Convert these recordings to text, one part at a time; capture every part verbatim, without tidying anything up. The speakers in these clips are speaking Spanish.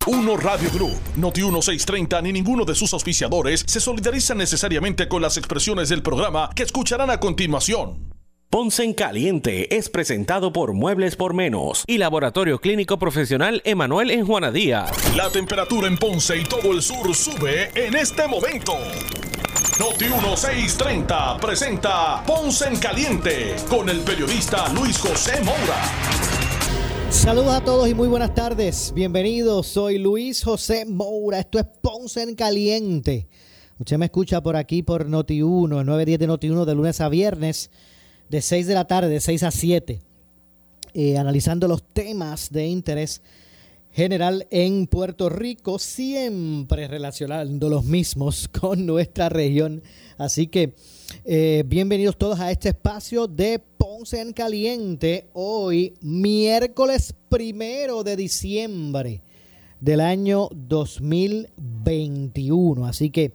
Uno Radio Group, Noti dieciséis treinta ni ninguno de sus auspiciadores se solidarizan necesariamente con las expresiones del programa que escucharán a continuación. Ponce en Caliente es presentado por Muebles por Menos y Laboratorio Clínico Profesional Emanuel en Juana Díaz. La temperatura en Ponce y todo el sur sube en este momento. Noti dieciséis treinta presenta Ponce en Caliente con el periodista Luis José Moura. Saludos a todos y muy buenas tardes. Bienvenidos, soy Luis José Moura. Esto es Ponce en Caliente. Usted me escucha por aquí por Noti uno, el nueve diez de Noti uno de lunes a viernes, de seis de la tarde, de seis a siete, eh, analizando los temas de interés general en Puerto Rico, siempre relacionando los mismos con nuestra región. Así que eh, bienvenidos todos a este espacio de Ponce en Caliente, hoy miércoles primero de diciembre del año dos mil veintiuno. Así que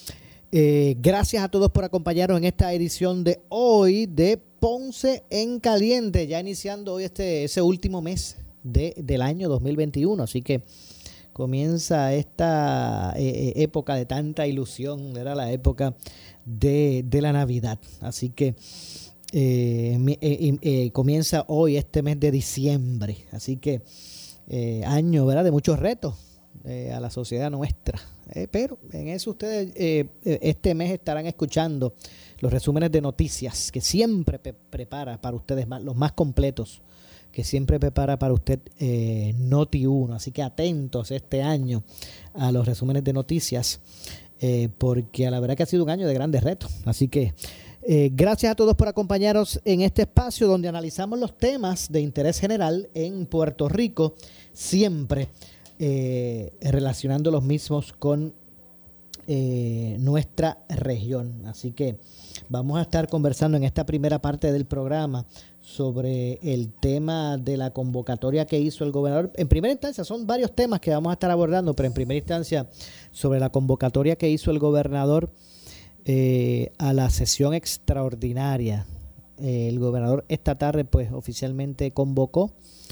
eh, gracias a todos por acompañarnos en esta edición de hoy de Ponce en Caliente, ya iniciando hoy este ese último mes de, del año dos mil veintiuno. Así que comienza esta eh, época de tanta ilusión, era la época de, de la Navidad. Así que eh, eh, eh, comienza hoy este mes de diciembre. Así que eh, año, ¿verdad?, de muchos retos eh, a la sociedad nuestra. Eh, pero en eso ustedes eh, este mes estarán escuchando los resúmenes de noticias que siempre pe- prepara para ustedes más, los más completos, que siempre prepara para usted eh, Noti uno. Así que atentos este año a los resúmenes de noticias, eh, porque a la verdad que ha sido un año de grandes retos. Así que eh, gracias a todos por acompañarnos en este espacio donde analizamos los temas de interés general en Puerto Rico, siempre eh, relacionando los mismos con eh, nuestra región. Así que vamos a estar conversando en esta primera parte del programa sobre el tema de la convocatoria que hizo el gobernador. En primera instancia, son varios temas que vamos a estar abordando, pero en primera instancia sobre la convocatoria que hizo el gobernador eh, a la sesión extraordinaria. Eh, el gobernador esta tarde pues oficialmente convocó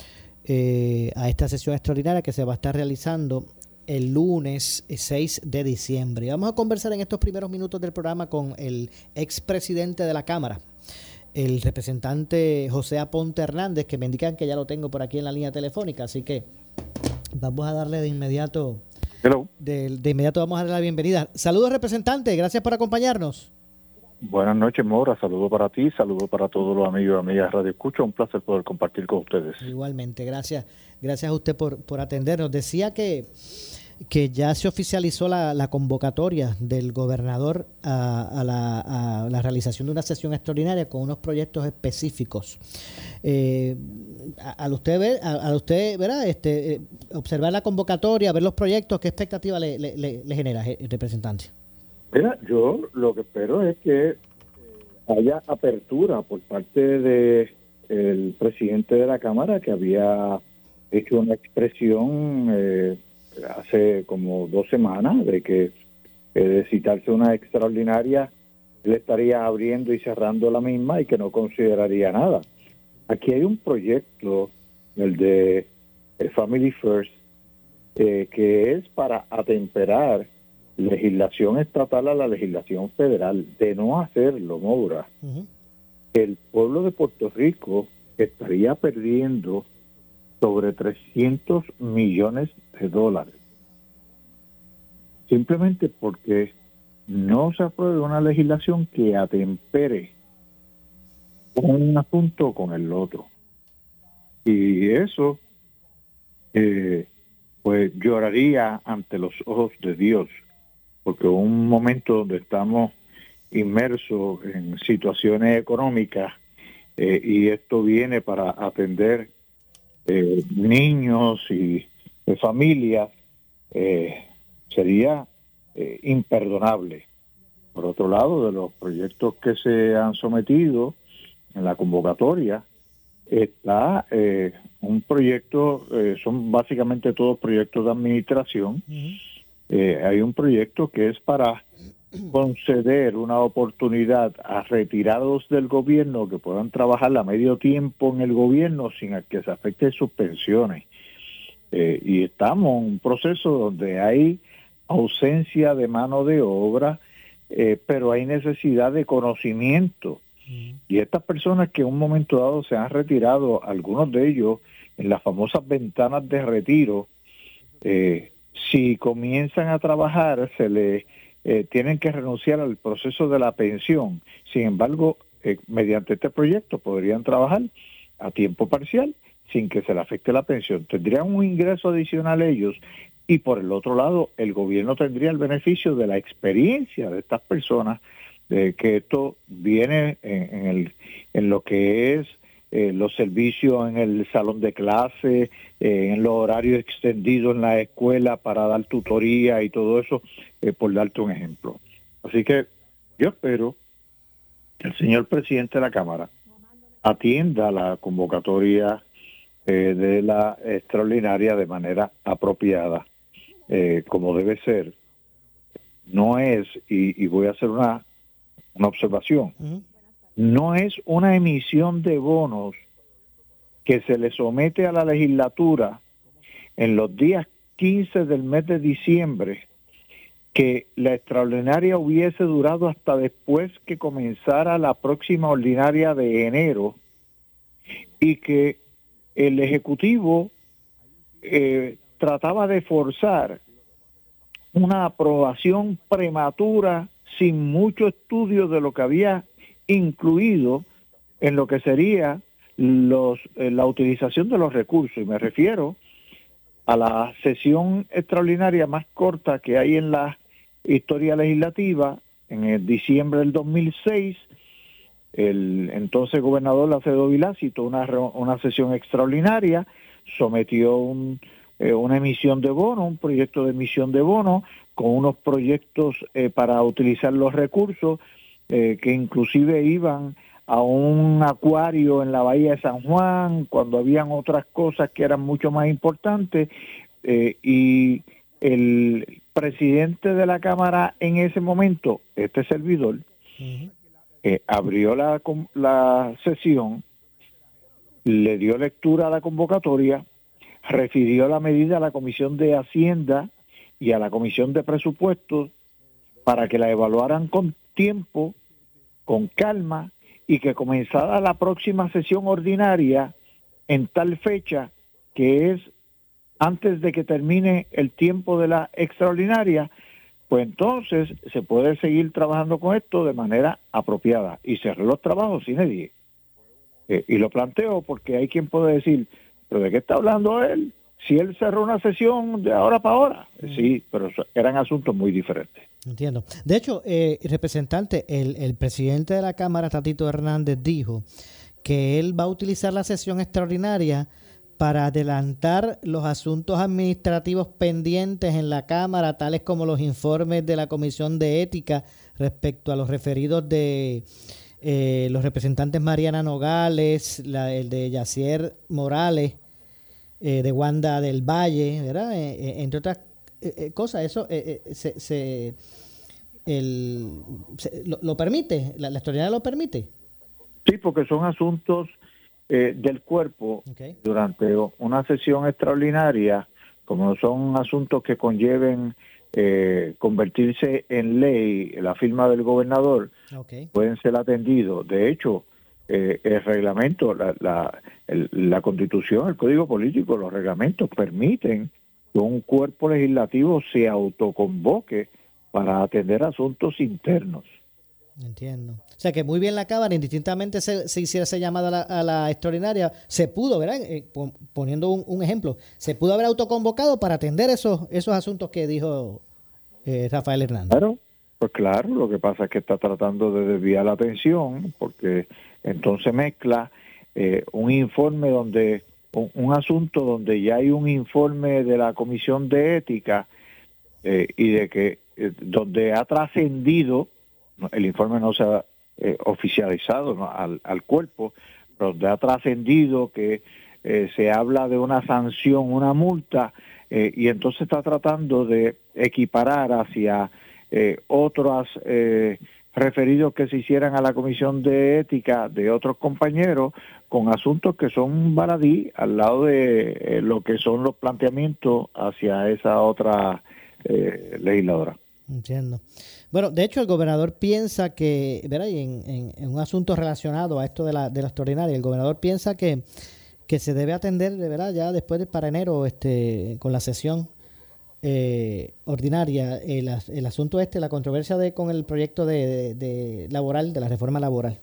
eh, a esta sesión extraordinaria que se va a estar realizando el lunes seis de diciembre. Y vamos a conversar en estos primeros minutos del programa con el expresidente de la Cámara, el representante José Aponte Hernández, que me indican que ya lo tengo por aquí en la línea telefónica, así que vamos a darle de inmediato Hello. de, de inmediato vamos a darle la bienvenida. Saludos, representante, gracias por acompañarnos. Buenas noches, Mora, saludo para ti, saludo para todos los amigos y amigas de Radio Escucha, un placer poder compartir con ustedes. Igualmente, gracias, gracias a usted por, por atendernos. Decía que que ya se oficializó la, la convocatoria del gobernador a, a, la, a la realización de una sesión extraordinaria con unos proyectos específicos. Eh, al usted ver, a, a usted, ¿verdad? Este, eh, observar la convocatoria, ver los proyectos, ¿qué expectativa le, le, le, le genera, el representante? Mira, yo lo que espero es que haya apertura por parte de el presidente de la Cámara, que había hecho una expresión eh, hace como dos semanas de que eh, de citarse una extraordinaria, él estaría abriendo y cerrando la misma y que no consideraría nada. Aquí hay un proyecto, el de el Family First, eh, que es para atemperar legislación estatal a la legislación federal. De no hacerlo, Moura, uh-huh, el pueblo de Puerto Rico estaría perdiendo sobre trescientos millones de dólares, simplemente porque no se apruebe una legislación que atempere un asunto con el otro. Y eso, eh, pues lloraría ante los ojos de Dios, porque un momento donde estamos inmersos en situaciones económicas eh, y esto viene para atender Eh, niños y eh, familias, eh, sería eh, imperdonable. Por otro lado, de los proyectos que se han sometido en la convocatoria, está eh, un proyecto, eh, son básicamente todos proyectos de administración. Uh-huh. Eh, hay un proyecto que es para conceder una oportunidad a retirados del gobierno que puedan trabajar a medio tiempo en el gobierno sin que se afecte sus pensiones. Eh, y estamos en un proceso donde hay ausencia de mano de obra, eh, pero hay necesidad de conocimiento. Mm. Y estas personas que en un momento dado se han retirado, algunos de ellos en las famosas ventanas de retiro, eh, si comienzan a trabajar, se les eh, tienen que renunciar al proceso de la pensión. Sin embargo, eh, mediante este proyecto podrían trabajar a tiempo parcial sin que se le afecte la pensión. Tendrían un ingreso adicional ellos y por el otro lado el gobierno tendría el beneficio de la experiencia de estas personas, de que esto viene en, en, el, en lo que es eh, los servicios en el salón de clase, eh, en los horarios extendidos en la escuela para dar tutoría y todo eso, eh, por darte un ejemplo. Así que yo espero que el señor presidente de la Cámara atienda la convocatoria eh, de la extraordinaria de manera apropiada, eh, como debe ser. No es, y, y voy a hacer una, una observación, uh-huh. no es una emisión de bonos que se le somete a la legislatura en los días quince del mes de diciembre, que la extraordinaria hubiese durado hasta después que comenzara la próxima ordinaria de enero y que el Ejecutivo eh, trataba de forzar una aprobación prematura sin mucho estudio de lo que había incluido en lo que sería los eh, la utilización de los recursos. Y me refiero a la sesión extraordinaria más corta que hay en la historia legislativa. En el diciembre del dos mil seis, el entonces gobernador Alfredo Vilá citó una, una sesión extraordinaria, sometió un, eh, una emisión de bono, un proyecto de emisión de bono, con unos proyectos eh, para utilizar los recursos, eh, que inclusive iban a un acuario en la Bahía de San Juan, cuando habían otras cosas que eran mucho más importantes, eh, y el presidente de la Cámara en ese momento, este servidor, uh-huh. Eh, abrió la, la sesión, le dio lectura a la convocatoria, refirió la medida a la Comisión de Hacienda y a la Comisión de Presupuestos para que la evaluaran con tiempo, con calma, y que comenzara la próxima sesión ordinaria en tal fecha, que es antes de que termine el tiempo de la extraordinaria. Pues entonces se puede seguir trabajando con esto de manera apropiada y cerrar los trabajos sin edie. Eh, y lo planteo porque hay quien puede decir, ¿pero de qué está hablando él? Si él cerró una sesión de ahora para ahora. Mm. Sí, pero eran asuntos muy diferentes. Entiendo. De hecho, eh, representante, el, el presidente de la Cámara, Tatito Hernández, dijo que él va a utilizar la sesión extraordinaria para adelantar los asuntos administrativos pendientes en la Cámara, tales como los informes de la Comisión de Ética respecto a los referidos de eh, los representantes Mariana Nogales, la, el de Yacier Morales, eh, de Wanda del Valle, ¿verdad? Eh, eh, entre otras eh, cosas, eso eh, eh, se, se, el, se lo, lo permite, la, la extraordinaria lo permite. Sí, porque son asuntos Eh, del cuerpo. Okay. Durante una sesión extraordinaria, como son asuntos que conlleven eh, convertirse en ley, la firma del gobernador, okay. pueden ser atendidos. De hecho, eh, el reglamento, la, la, el, la Constitución, el Código Político, los reglamentos permiten que un cuerpo legislativo se autoconvoque para atender asuntos internos. Entiendo. O sea que muy bien la Cámara, indistintamente se, se hiciera esa llamada a la, a la extraordinaria, se pudo, ¿verdad? Eh, poniendo un, un ejemplo, se pudo haber autoconvocado para atender esos esos asuntos que dijo eh, Rafael Hernández. Claro, pues claro, lo que pasa es que está tratando de desviar la atención, porque entonces mezcla eh, un informe donde, un, un asunto donde ya hay un informe de la Comisión de Ética eh, y de que eh, donde ha trascendido. El informe no se ha eh, oficializado, ¿no? al, al cuerpo, pero ha trascendido que eh, se habla de una sanción, una multa, eh, y entonces está tratando de equiparar hacia eh, otras eh, referidos que se hicieran a la Comisión de Ética de otros compañeros con asuntos que son baladí al lado de eh, lo que son los planteamientos hacia esa otra eh, legisladora. Entiendo. Bueno, de hecho el gobernador piensa que, ¿verdad? Y en, en, en un asunto relacionado a esto de la, de la extraordinaria, el gobernador piensa que, que se debe atender, de verdad, ya después de para enero, este, con la sesión eh, ordinaria, el, el asunto este, la controversia de con el proyecto de, de, de laboral, de la reforma laboral.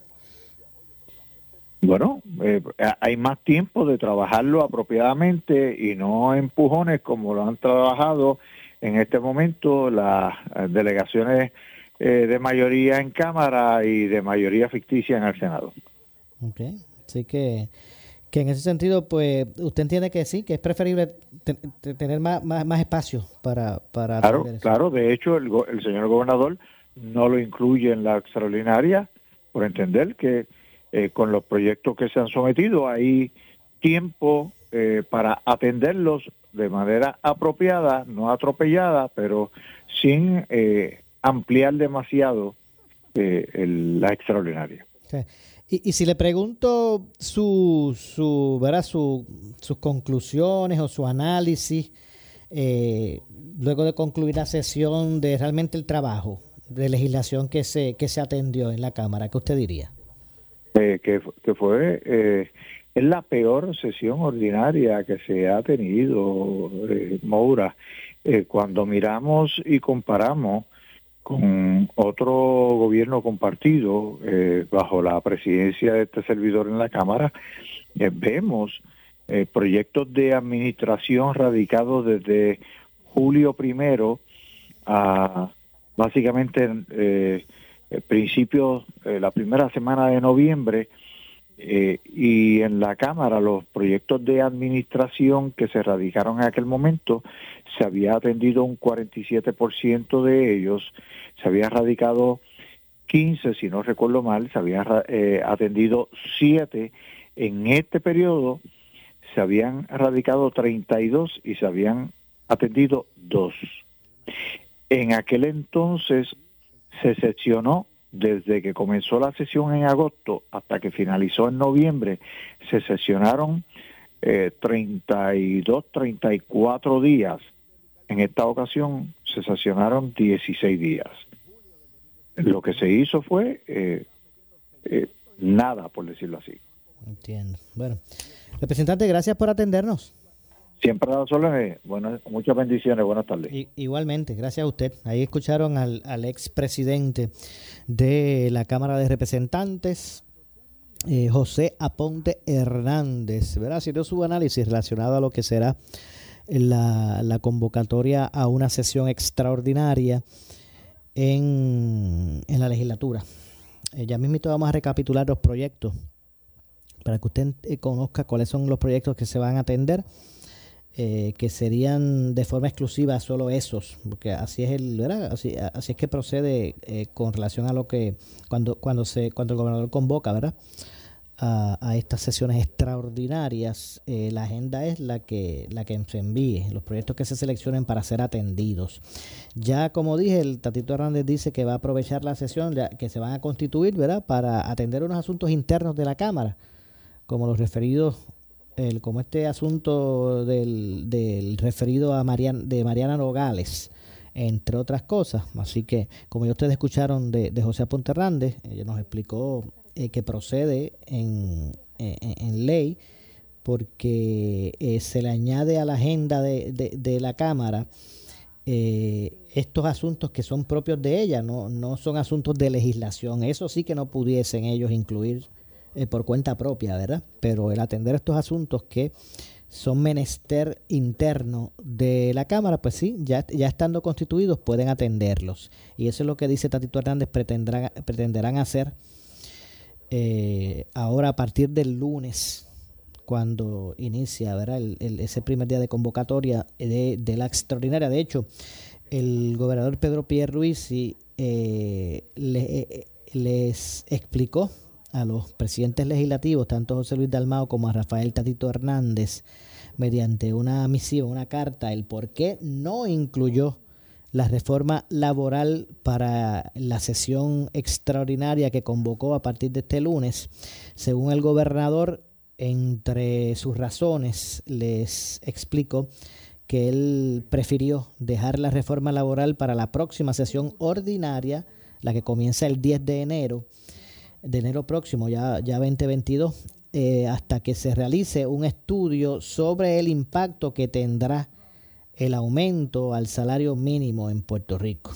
Bueno, eh, hay más tiempo de trabajarlo apropiadamente y no empujones como lo han trabajado en este momento las delegaciones eh, de mayoría en Cámara y de mayoría ficticia en el Senado. Ok, así que, que en ese sentido, pues, usted entiende que sí, que es preferible te, te, tener más, más, más espacio para... para claro, claro, de hecho el, el señor gobernador no lo incluye en la extraordinaria por entender que eh, con los proyectos que se han sometido hay tiempo eh, para atenderlos de manera apropiada, no atropellada, pero sin eh, ampliar demasiado eh, el, la extraordinaria. Okay. Y, y si le pregunto su, su, ¿verdad? Su, sus conclusiones o su análisis eh, luego de concluir la sesión de realmente el trabajo de legislación que se que se atendió en la Cámara, ¿qué usted diría? Eh, que, que fue... Eh, Es la peor sesión ordinaria que se ha tenido, eh, Moura. Eh, cuando miramos y comparamos con otro gobierno compartido eh, bajo la presidencia de este servidor en la Cámara, eh, vemos eh, proyectos de administración radicados desde julio primero a básicamente eh, principios, eh, la primera semana de noviembre. Eh, y en la Cámara los proyectos de administración que se radicaron en aquel momento, se había atendido un cuarenta y siete por ciento de ellos, se había radicado quince, si no recuerdo mal, se habían eh, atendido siete. En este periodo se habían radicado treinta y dos y se habían atendido dos. En aquel entonces se seccionó. Desde que comenzó la sesión en agosto hasta que finalizó en noviembre, se sesionaron eh, treinta y dos, treinta y cuatro días. En esta ocasión se sesionaron dieciséis días. Lo que se hizo fue eh, eh, nada, por decirlo así. Entiendo. Bueno, representante, gracias por atendernos. Siempre a las órdenes. Bueno, muchas bendiciones. Buenas tardes. I, igualmente, gracias a usted. Ahí escucharon al, al expresidente de la Cámara de Representantes, eh, José Aponte Hernández, ¿verdad? Haciendo su análisis relacionado a lo que será la, la convocatoria a una sesión extraordinaria en, en la legislatura. Eh, ya mismo vamos a recapitular los proyectos para que usted eh, conozca cuáles son los proyectos que se van a atender. Eh, que serían de forma exclusiva solo esos, porque así es el, ¿verdad? Así, así es que procede eh, con relación a lo que cuando cuando se cuando el gobernador convoca, ¿verdad? A, a estas sesiones extraordinarias, eh, la agenda es la que la que se envíe, los proyectos que se seleccionen para ser atendidos. Ya como dije, el Tatito Hernández dice que va a aprovechar la sesión, ya, que se van a constituir, ¿verdad? Para atender unos asuntos internos de la Cámara, como los referidos El, como este asunto del, del referido a Marian, de Mariana Nogales, entre otras cosas. Así que, como ya ustedes escucharon de, de José Aponte Hernández, ella nos explicó eh, que procede en, en, en ley, porque eh, se le añade a la agenda de, de, de la Cámara eh, estos asuntos que son propios de ella, no, no son asuntos de legislación. Eso sí que no pudiesen ellos incluir Eh, por cuenta propia, ¿verdad? Pero el atender estos asuntos que son menester interno de la Cámara, pues sí, ya, ya estando constituidos pueden atenderlos. Y eso es lo que dice Tatito Hernández, pretenderán, pretenderán hacer eh, ahora a partir del lunes, cuando inicia, ¿verdad? El, el, ese primer día de convocatoria de, de la extraordinaria. De hecho, el gobernador Pedro Pierluisi eh, le, eh, les explicó a los presidentes legislativos, tanto a José Luis Dalmau como a Rafael Tatito Hernández, mediante una misiva, una carta, el por qué no incluyó la reforma laboral para la sesión extraordinaria que convocó a partir de este lunes. Según el gobernador, entre sus razones, les explico que él prefirió dejar la reforma laboral para la próxima sesión ordinaria, la que comienza el diez de enero, de enero próximo, ya, ya veinte veintidós, eh, hasta que se realice un estudio sobre el impacto que tendrá el aumento al salario mínimo en Puerto Rico.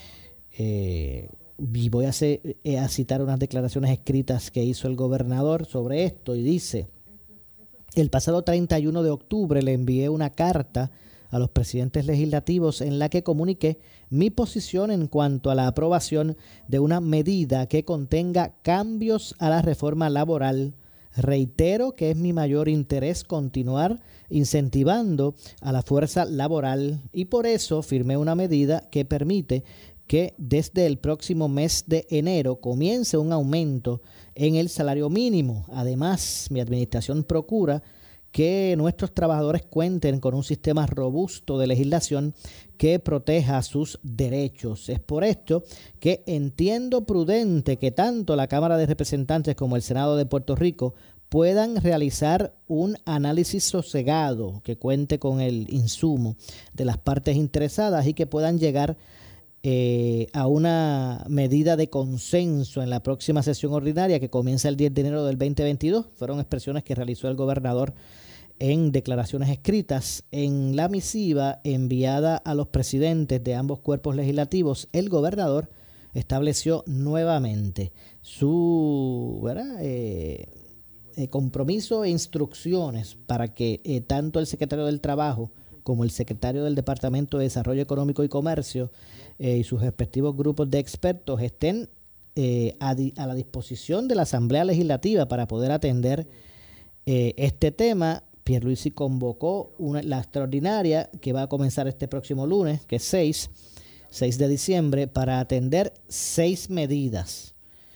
Eh, y voy a, hacer, eh, a citar unas declaraciones escritas que hizo el gobernador sobre esto, y dice: el pasado treinta y uno de octubre le envié una carta a los presidentes legislativos en la que comuniqué mi posición en cuanto a la aprobación de una medida que contenga cambios a la reforma laboral. Reitero que es mi mayor interés continuar incentivando a la fuerza laboral y por eso firmé una medida que permite que desde el próximo mes de enero comience un aumento en el salario mínimo. Además, mi administración procura que nuestros trabajadores cuenten con un sistema robusto de legislación que proteja sus derechos. Es por esto que entiendo prudente que tanto la Cámara de Representantes como el Senado de Puerto Rico puedan realizar un análisis sosegado que cuente con el insumo de las partes interesadas y que puedan llegar eh, a una medida de consenso en la próxima sesión ordinaria que comienza el diez de enero del veinte veintidós. Fueron expresiones que realizó el gobernador en declaraciones escritas. En la misiva enviada a los presidentes de ambos cuerpos legislativos, el gobernador estableció nuevamente su ¿verdad? Eh, eh, compromiso e instrucciones para que eh, tanto el secretario del Trabajo como el secretario del Departamento de Desarrollo Económico y Comercio eh, y sus respectivos grupos de expertos estén eh, a, di- a la disposición de la Asamblea Legislativa para poder atender eh, este tema. Pierluisi convocó una, la extraordinaria que va a comenzar este próximo lunes, que es seis de diciembre, para atender seis medidas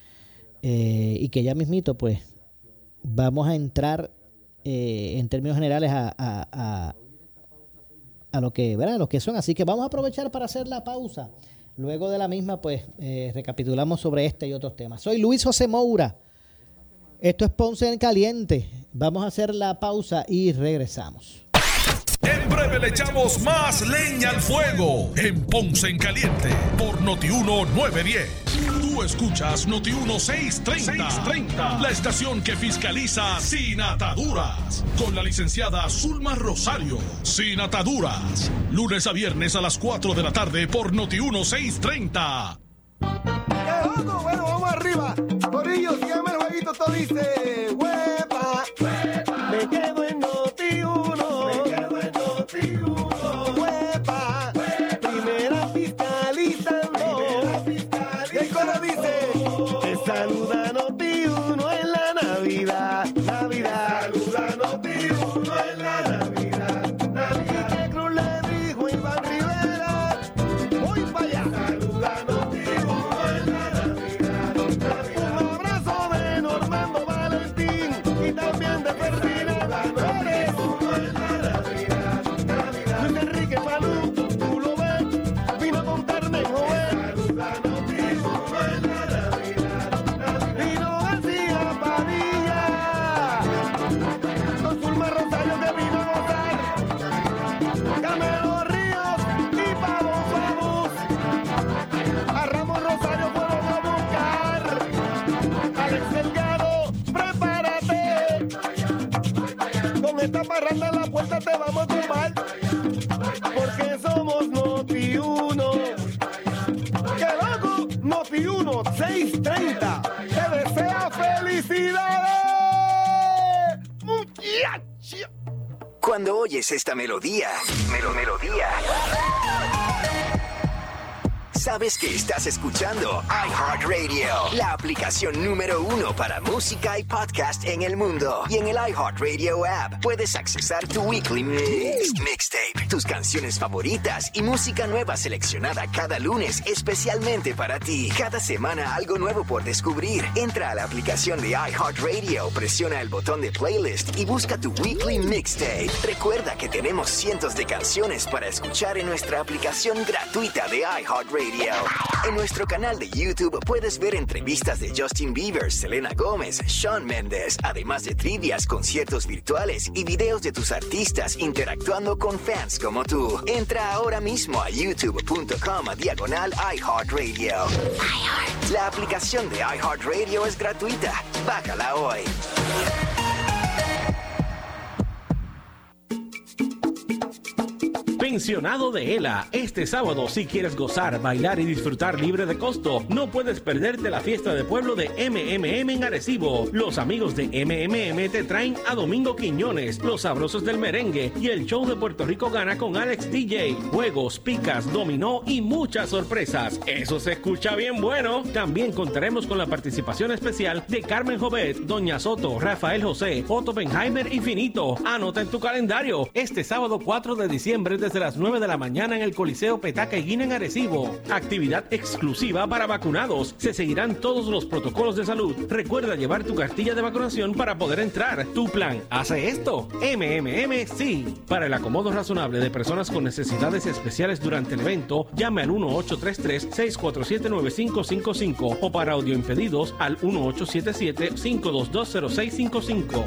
eh, y que ya mismito pues vamos a entrar eh, en términos generales a, a, a, a lo que ¿verdad? A lo que son. Así que vamos a aprovechar para hacer la pausa. Luego de la misma pues eh, recapitulamos sobre este y otros temas. Soy Luis José Moura. Esto es Ponce en Caliente. Vamos a hacer la pausa y regresamos. En breve le echamos más leña al fuego en Ponce en Caliente por Noti uno nueve diez. Tú escuchas Noti uno seiscientos treinta, la estación que fiscaliza sin ataduras, con la licenciada Zulma Rosario. Sin ataduras, lunes a viernes a las cuatro de la tarde por Noti uno seiscientos treinta. Bueno, vamos arriba. Corillo, síganme el jueguito, todo dice huepa, huepa. Me quedo en Noti uno. Me quedo en Noti uno. Huepa, huepa. Primera fiscalizando. Primera fiscalizando. Y el coro dice, te saluda Noti uno en la Navidad. Navidad. Te saluda Noti uno en la Navidad. Navidad. Y que Cruz le dijo a Iván Rivera, voy para allá. Saluda Noti uno en la Navidad. Navidad. Un abrazo de Normando Valentín y también de Ferdinand Flores. Uno en la Navidad. Navidad. Luis Enrique Falú, tú lo ves, vino a contarme joven. Saluda Noti uno en la Navidad. Navidad. Vino García Padilla, con Zulma Rosario que vino a gozar. Camelo Ríos y Pavo Pavos. A Ramón Rosario fueron a buscar. Alex Delgado, prepárate. Con esta parranda en la puerta te vamos a tumbar. Porque somos Noti uno. ¡Qué loco! Noti uno seiscientos treinta. Te desea felicidades. Muchacho. Cuando oyes esta melodía, melo melodía, sabes que estás escuchando iHeartRadio, la aplicación número uno para música y podcast en el mundo. Y en el iHeartRadio app puedes accesar tu Weekly Mix, Mixtape, tus canciones favoritas y música nueva seleccionada cada lunes especialmente para ti. Cada semana algo nuevo por descubrir. Entra a la aplicación de iHeartRadio, presiona el botón de playlist y busca tu Weekly Mixtape. Recuerda que tenemos cientos de canciones para escuchar en nuestra aplicación gratuita de iHeartRadio. En nuestro canal de YouTube puedes ver entrevistas de Justin Bieber, Selena Gómez, Shawn Mendes, además de trivias, conciertos virtuales y videos de tus artistas interactuando con fans como tú. Entra ahora mismo a youtube.com diagonal iHeartRadio. iHeart. La aplicación de iHeartRadio es gratuita. Bájala hoy. Pensionado de ELA, este sábado si quieres gozar, bailar y disfrutar libre de costo, no puedes perderte la fiesta de pueblo de M M M en Arecibo. Los amigos de M M M te traen a Domingo Quiñones, los sabrosos del merengue y el show de Puerto Rico Gana con Alex D J, juegos, picas, dominó y muchas sorpresas. Eso se escucha bien bueno. También contaremos con la participación especial de Carmen Jovet, Doña Soto, Rafael José, Otto Benheimer y Finito. Anota en tu calendario este sábado cuatro de diciembre desde las nueve de la mañana en el Coliseo Petaca y Guina en Arecibo. Actividad exclusiva para vacunados. Se seguirán todos los protocolos de salud. Recuerda llevar tu cartilla de vacunación para poder entrar. Tu plan hace esto. M M M sí. Para el acomodo razonable de personas con necesidades especiales durante el evento, llame al uno ocho tres tres, seis cuatro siete, nueve cinco cinco cinco o para audioimpedidos al uno ocho siete siete, cinco dos dos, cero seis cinco cinco.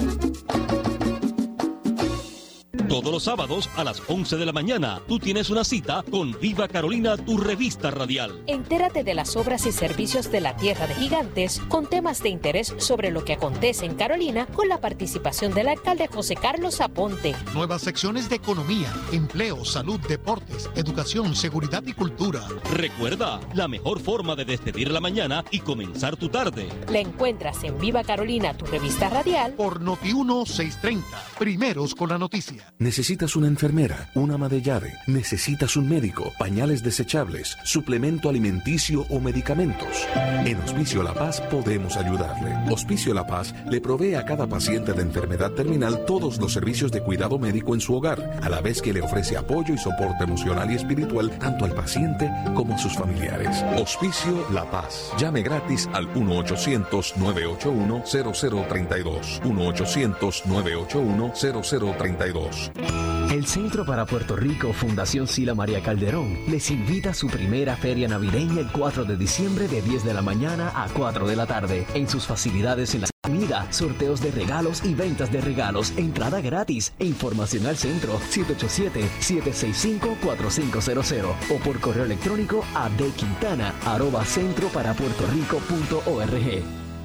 Todos los sábados a las once de la mañana, tú tienes una cita con Viva Carolina, tu revista radial. Entérate de las obras y servicios de la Tierra de Gigantes con temas de interés sobre lo que acontece en Carolina con la participación del alcalde José Carlos Aponte. Nuevas secciones de economía, empleo, salud, deportes, educación, seguridad y cultura. Recuerda, la mejor forma de despedir la mañana y comenzar tu tarde. La encuentras en Viva Carolina, tu revista radial. Por Noti uno seiscientos treinta, primeros con la noticia. Necesitas una enfermera, una ama de llave, necesitas un médico, pañales desechables, suplemento alimenticio o medicamentos. En Hospicio La Paz podemos ayudarle. Hospicio La Paz le provee a cada paciente de enfermedad terminal todos los servicios de cuidado médico en su hogar, a la vez que le ofrece apoyo y soporte emocional y espiritual tanto al paciente como a sus familiares. Hospicio La Paz. Llame gratis al uno ochocientos, nueve ocho uno, cero cero tres dos. uno ochocientos, nueve ocho uno, cero cero tres dos. El Centro para Puerto Rico Fundación Sila María Calderón les invita a su primera feria navideña el cuatro de diciembre de diez de la mañana a cuatro de la tarde. En sus facilidades en la comida, sorteos de regalos y ventas de regalos, entrada gratis e información al centro siete ocho siete, siete seis cinco, cuatro cinco cero cero o por correo electrónico a dquintana arroba centro para puerto rico punto org.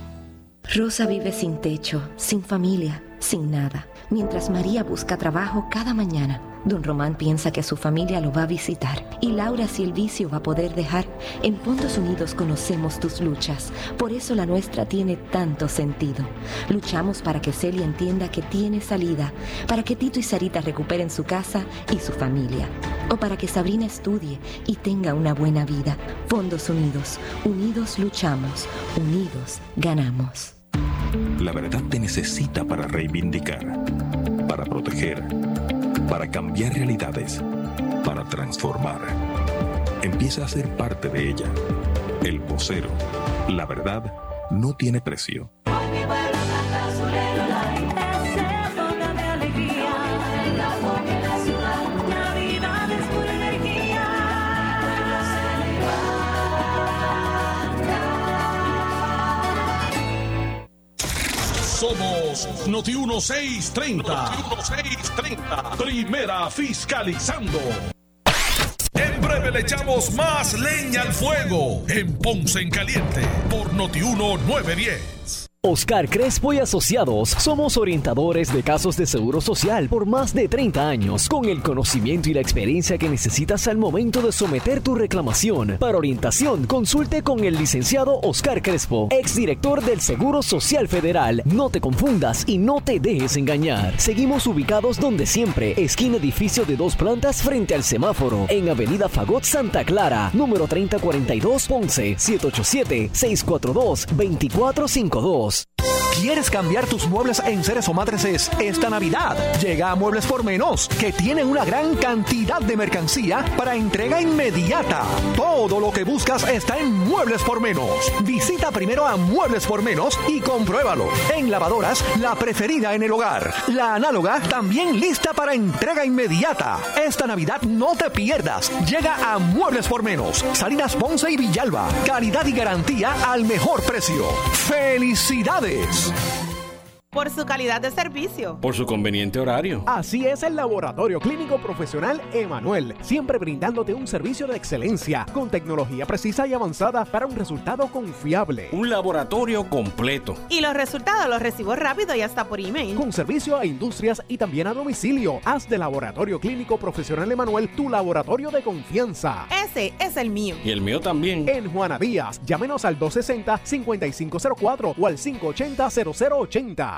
Rosa vive sin techo, sin familia, sin nada. Mientras María busca trabajo cada mañana, don Román piensa que su familia lo va a visitar. Y Laura, si el vicio va a poder dejar, en Fondos Unidos conocemos tus luchas. Por eso la nuestra tiene tanto sentido. Luchamos para que Celia entienda que tiene salida, para que Tito y Sarita recuperen su casa y su familia, o para que Sabrina estudie y tenga una buena vida. Fondos Unidos, unidos luchamos, unidos ganamos. La verdad te necesita para reivindicar, para proteger, para cambiar realidades, para transformar. Empieza a ser parte de ella. El Vocero. La verdad no tiene precio. Somos Noti uno seiscientos treinta. Noti uno seiscientos treinta. Primera fiscalizando. En breve le echamos más leña al fuego en Ponce en Caliente por Noti uno nueve diez. Oscar Crespo y Asociados somos orientadores de casos de seguro social por más de treinta años, con el conocimiento y la experiencia que necesitas al momento de someter tu reclamación. Para orientación, consulte con el licenciado Oscar Crespo, exdirector del Seguro Social Federal. No te confundas y no te dejes engañar. Seguimos ubicados donde siempre, esquina edificio de dos plantas frente al semáforo, en Avenida Fagot Santa Clara, número treinta cuarenta y dos Ponce, siete ocho siete, seis cuatro dos, dos cuatro cinco dos. ¿Quieres cambiar tus muebles en seres o matrices esta Navidad? Llega a Muebles por Menos, que tiene una gran cantidad de mercancía para entrega inmediata. Todo lo que buscas está en Muebles por Menos. Visita primero a Muebles por Menos y compruébalo. En lavadoras, la preferida en el hogar. La análoga, también lista para entrega inmediata. Esta Navidad no te pierdas. Llega a Muebles por Menos. Salinas Ponce y Villalba. Calidad y garantía al mejor precio. ¡Felicidades! Por su calidad de servicio. Por su conveniente horario. Así es el Laboratorio Clínico Profesional Emanuel, siempre brindándote un servicio de excelencia, con tecnología precisa y avanzada para un resultado confiable. Un laboratorio completo. Y los resultados los recibo rápido y hasta por email. Con servicio a industrias y también a domicilio. Haz de Laboratorio Clínico Profesional Emanuel tu laboratorio de confianza. Ese es el mío. Y el mío también. En Juana Díaz, llámenos al dos sesenta, cincuenta y cinco cero cuatro o al cinco ochenta, cero cero ochenta.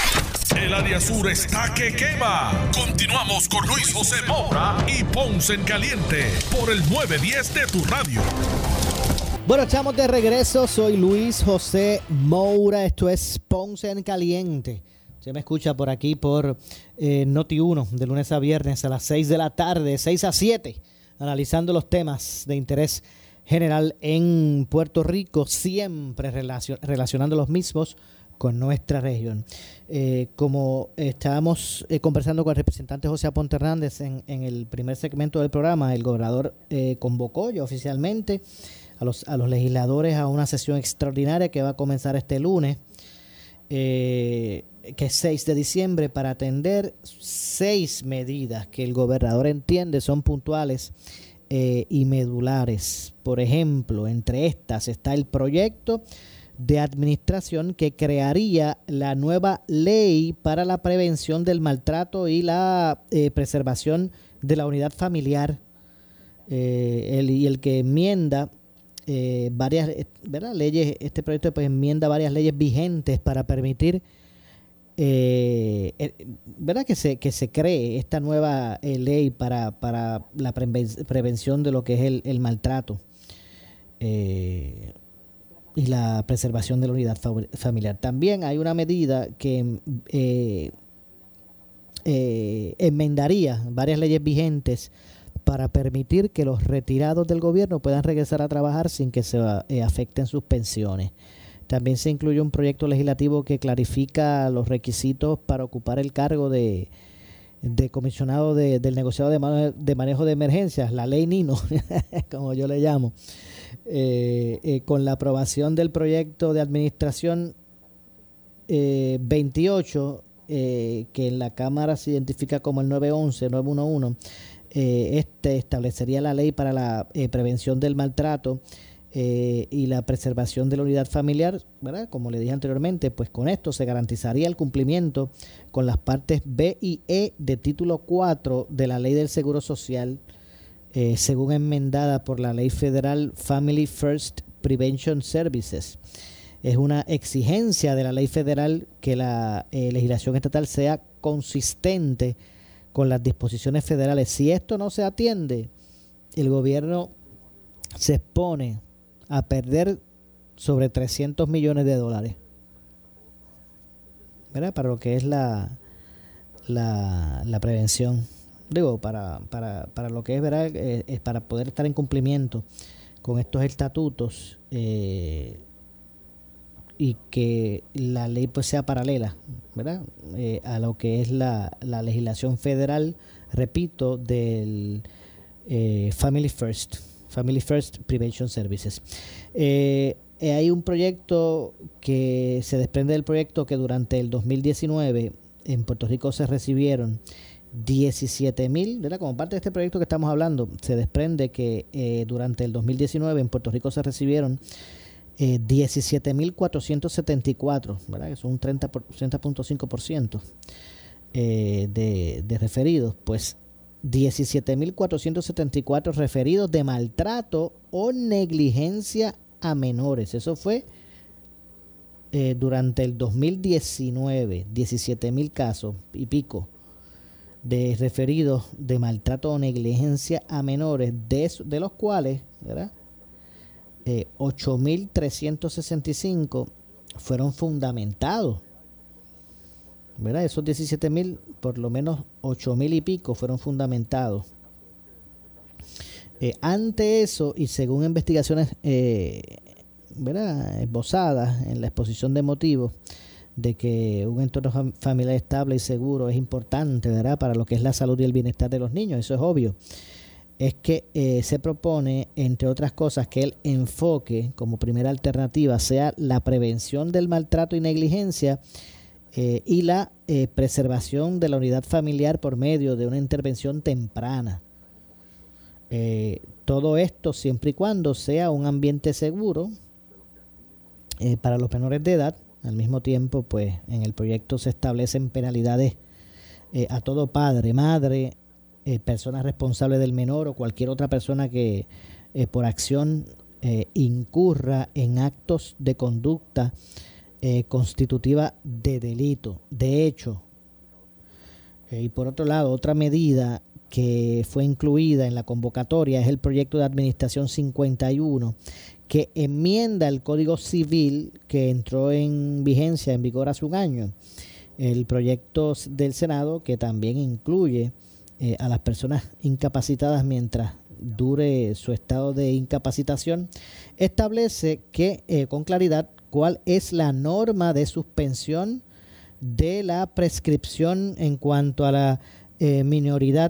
El área sur está que quema. Continuamos con Luis José Moura y Ponce en Caliente por el nueve diez de tu radio. Bueno, estamos de regreso. Soy Luis José Moura. Esto es Ponce en Caliente. Se me escucha por aquí por eh, Noti uno de lunes a viernes a las seis de la tarde, seis a siete, analizando los temas de interés general en Puerto Rico, siempre relacion- relacionando los mismos con nuestra región. Eh, como estábamos eh, conversando con el representante José Aponte Hernández en, en el primer segmento del programa, el gobernador eh, convocó ya oficialmente a los, a los legisladores a una sesión extraordinaria que va a comenzar este lunes, eh, que es seis de diciembre, para atender seis medidas que el gobernador entiende son puntuales eh, y medulares. Por ejemplo, entre estas está el proyecto de administración que crearía la nueva ley para la prevención del maltrato y la eh, preservación de la unidad familiar, eh, el, y el que enmienda eh, varias ¿verdad? leyes. Este proyecto pues, enmienda varias leyes vigentes para permitir eh, eh, ¿verdad? que se que se cree esta nueva eh, ley para, para la preven- prevención de lo que es el, el maltrato eh, y la preservación de la unidad familiar. También hay una medida que eh, eh, enmendaría varias leyes vigentes para permitir que los retirados del gobierno puedan regresar a trabajar sin que se eh, afecten sus pensiones. También se incluye un proyecto legislativo que clarifica los requisitos para ocupar el cargo de, de comisionado de, del negociado de, mano, de manejo de emergencias, la ley Nino, como yo le llamo. Eh, eh, con la aprobación del proyecto de administración eh, veintiocho, eh, que en la Cámara se identifica como el nueve once, nueve once, eh, este establecería la ley para la eh, prevención del maltrato eh, y la preservación de la unidad familiar, ¿verdad? Como le dije anteriormente, pues con esto se garantizaría el cumplimiento con las partes B y E de título cuatro de la Ley del Seguro Social, Eh, según enmendada por la Ley Federal Family First Prevention Services. Es una exigencia de la ley federal que la eh, legislación estatal sea consistente con las disposiciones federales. Si esto no se atiende, el gobierno se expone a perder sobre trescientos millones de dólares, ¿verdad? Para lo que es la, la, la prevención. Digo, para, para, para lo que es, ¿verdad? Eh, es para poder estar en cumplimiento con estos estatutos eh, y que la ley pues sea paralela, ¿verdad? Eh, a lo que es la, la legislación federal, repito, del eh, Family First, Family First Prevention Services. Eh, eh, hay un proyecto que se desprende del proyecto que durante el dos mil diecinueve en Puerto Rico se recibieron diecisiete mil, ¿verdad? Como parte de este proyecto que estamos hablando, se desprende que eh, durante el dos mil diecinueve en Puerto Rico se recibieron eh, diecisiete mil cuatrocientos setenta y cuatro, ¿verdad? Que son un treinta punto cinco por ciento eh, de, de referidos, pues diecisiete mil cuatrocientos setenta y cuatro referidos de maltrato o negligencia a menores. Eso fue eh, durante el dos mil diecinueve, diecisiete mil casos y pico de referidos de maltrato o negligencia a menores, de, de los cuales, ¿verdad? Eh, ocho mil trescientos sesenta y cinco fueron fundamentados, ¿verdad? Esos diecisiete mil, por lo menos ocho mil y pico fueron fundamentados. Eh, ante eso, y según investigaciones eh, ¿verdad? esbozadas en la exposición de motivos, de que un entorno fam- familiar estable y seguro es importante, ¿verdad?, para lo que es la salud y el bienestar de los niños, eso es obvio. Es que eh, se propone, entre otras cosas, que el enfoque como primera alternativa sea la prevención del maltrato y negligencia eh, y la eh, preservación de la unidad familiar por medio de una intervención temprana. Eh, todo esto siempre y cuando sea un ambiente seguro eh, para los menores de edad. Al mismo tiempo, pues en el proyecto se establecen penalidades eh, a todo padre, madre, eh, persona responsable del menor o cualquier otra persona que eh, por acción eh, incurra en actos de conducta eh, constitutiva de delito. De hecho, eh, y por otro lado, otra medida que fue incluida en la convocatoria es el proyecto de Administración cincuenta y uno, que enmienda el Código Civil que entró en vigencia, en vigor hace un año. El proyecto del Senado, que también incluye eh, a las personas incapacitadas mientras dure su estado de incapacitación, establece que eh, con claridad cuál es la norma de suspensión de la prescripción en cuanto a la eh, minoridad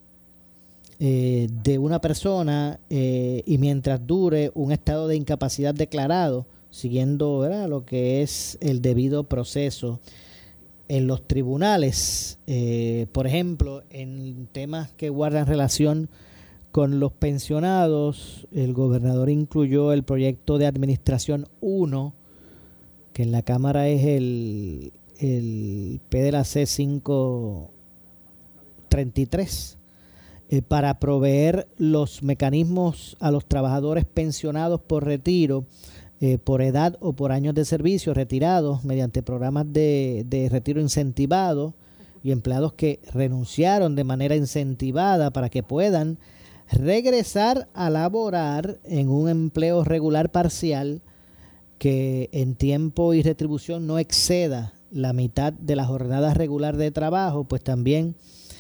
Eh, de una persona eh, y mientras dure un estado de incapacidad declarado, siguiendo, ¿verdad?, lo que es el debido proceso en los tribunales. Eh, por ejemplo, en temas que guardan relación con los pensionados, el gobernador incluyó el proyecto de Administración uno, que en la Cámara es el, el P de la C quinientos treinta y tres, Eh, para proveer los mecanismos a los trabajadores pensionados por retiro, eh, por edad o por años de servicio, retirados mediante programas de, de retiro incentivado, y empleados que renunciaron de manera incentivada para que puedan regresar a laborar en un empleo regular parcial que en tiempo y retribución no exceda la mitad de la jornada regular de trabajo, pues también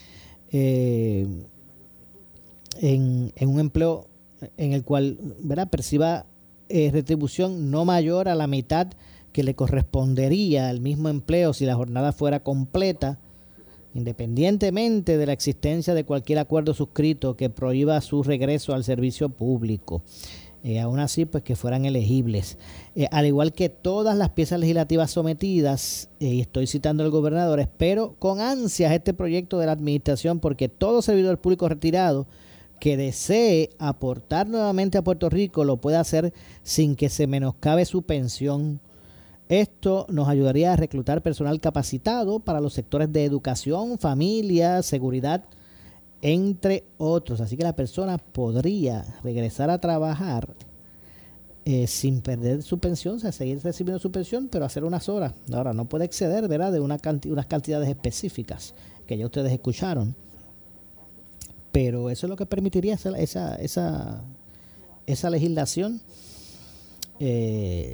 eh, En, en un empleo en el cual, ¿verdad?, perciba eh, retribución no mayor a la mitad que le correspondería al mismo empleo si la jornada fuera completa, independientemente de la existencia de cualquier acuerdo suscrito que prohíba su regreso al servicio público. Eh, aún así, pues que fueran elegibles. Eh, al igual que todas las piezas legislativas sometidas, eh, y estoy citando al gobernador, espero con ansias este proyecto de la administración, porque todo servidor público retirado que desee aportar nuevamente a Puerto Rico lo puede hacer sin que se menoscabe su pensión. Esto nos ayudaría a reclutar personal capacitado para los sectores de educación, familia, seguridad, entre otros. Así que la persona podría regresar a trabajar eh, sin perder su pensión, o sea, seguir recibiendo su pensión, pero hacer unas horas. Ahora, no puede exceder, ¿verdad?, de una canti- unas cantidades específicas que ya ustedes escucharon. Pero eso es lo que permitiría esa esa esa, esa legislación. Eh,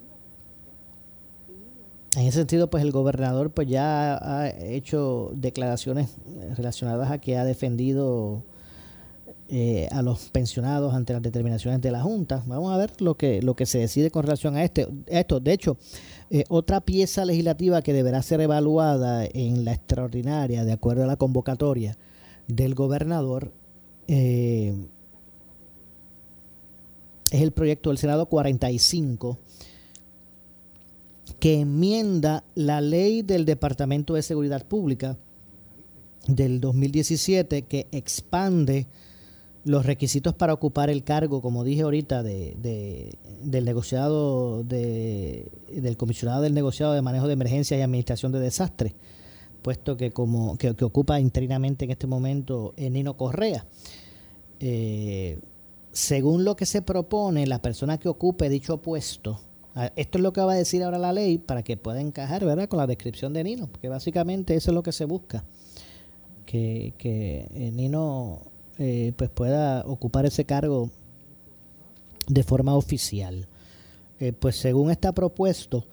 en ese sentido, pues el gobernador pues ya ha hecho declaraciones relacionadas a que ha defendido eh, a los pensionados ante las determinaciones de la Junta. Vamos a ver lo que lo que se decide con relación a este a esto. De hecho, eh, otra pieza legislativa que deberá ser evaluada en la extraordinaria, de acuerdo a la convocatoria del gobernador, eh, es el proyecto del Senado cuarenta y cinco, que enmienda la ley del Departamento de Seguridad Pública del dos mil diecisiete, que expande los requisitos para ocupar el cargo, como dije ahorita, de, de del negociado, de, del comisionado del negociado de manejo de emergencias y administración de desastres, puesto que como que, que ocupa interinamente en este momento Nino Correa. Eh, según lo que se propone, la persona que ocupe dicho puesto, esto es lo que va a decir ahora la ley para que pueda encajar, ¿verdad?, con la descripción de Nino, porque básicamente eso es lo que se busca, que, que Nino eh, pues pueda ocupar ese cargo de forma oficial. Eh, pues según está propuesto,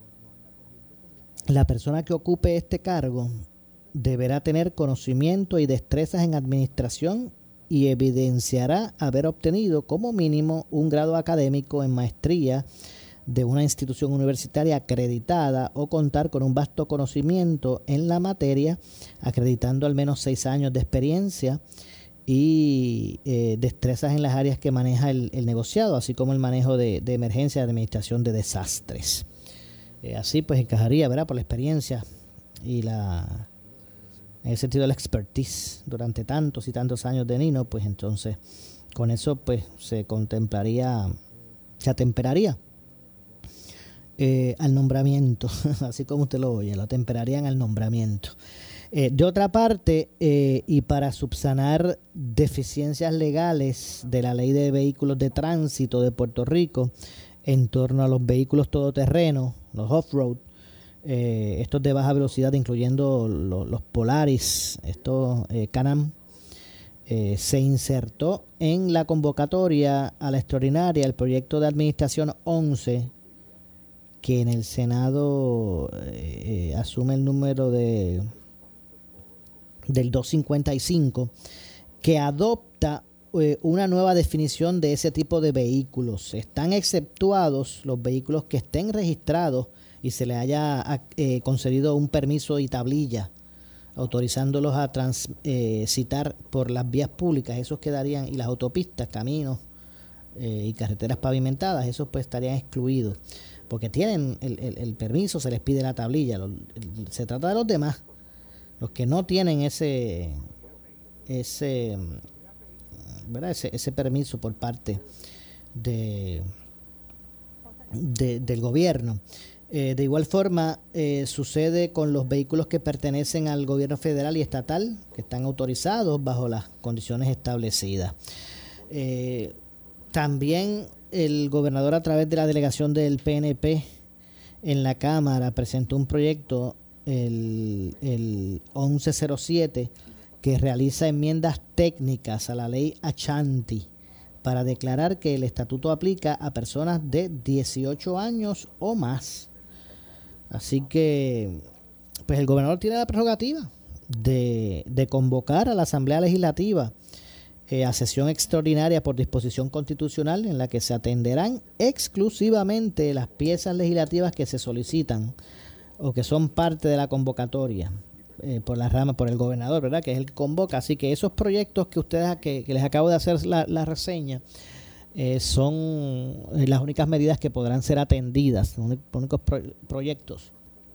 la persona que ocupe este cargo deberá tener conocimiento y destrezas en administración y evidenciará haber obtenido como mínimo un grado académico en maestría de una institución universitaria acreditada o contar con un vasto conocimiento en la materia, acreditando al menos seis años de experiencia y eh, destrezas en las áreas que maneja el, el negociado, así como el manejo de, de emergencia y administración de desastres. Eh, así pues encajaría, ¿verdad?, por la experiencia y la, en el sentido de la expertise durante tantos y tantos años de Nino, pues entonces con eso pues se contemplaría, se atemperaría eh, al nombramiento, así como usted lo oye, lo atemperarían al nombramiento. Eh, de otra parte, eh, y para subsanar deficiencias legales de la Ley de Vehículos de Tránsito de Puerto Rico en torno a los vehículos todoterrenos, los off-road, eh, estos de baja velocidad, incluyendo los, los Polaris, estos eh, Can-Am, eh, se insertó en la convocatoria a la extraordinaria el proyecto de administración once, que en el Senado eh, asume el número de del doscientos cincuenta y cinco, que adopta eh, una nueva definición de ese tipo de vehículos. Están exceptuados los vehículos que estén registrados y se les haya eh, concedido un permiso y tablilla autorizándolos a transitar eh, por las vías públicas. Esos quedarían, y las autopistas, caminos eh, y carreteras pavimentadas, esos pues estarían excluidos porque tienen el, el, el permiso, se les pide la tablilla. Lo, el, se trata de los demás, los que no tienen ese ese, ¿verdad?, ese, ese permiso por parte de, de del gobierno. Eh, de igual forma, eh, sucede con los vehículos que pertenecen al gobierno federal y estatal, que están autorizados bajo las condiciones establecidas. Eh, también el gobernador, a través de la delegación del P N P en la Cámara, presentó un proyecto, el, el once cero siete, que realiza enmiendas técnicas a la ley Achanti para declarar que el estatuto aplica a personas de dieciocho años o más. Así que pues el gobernador tiene la prerrogativa de, de convocar a la Asamblea Legislativa eh, a sesión extraordinaria por disposición constitucional, en la que se atenderán exclusivamente las piezas legislativas que se solicitan o que son parte de la convocatoria eh, por la rama, por el gobernador, ¿verdad?, que es el que convoca. Así que esos proyectos que ustedes, que, que les acabo de hacer la, la reseña, eh, son las únicas medidas que podrán ser atendidas, los únicos pro, proyectos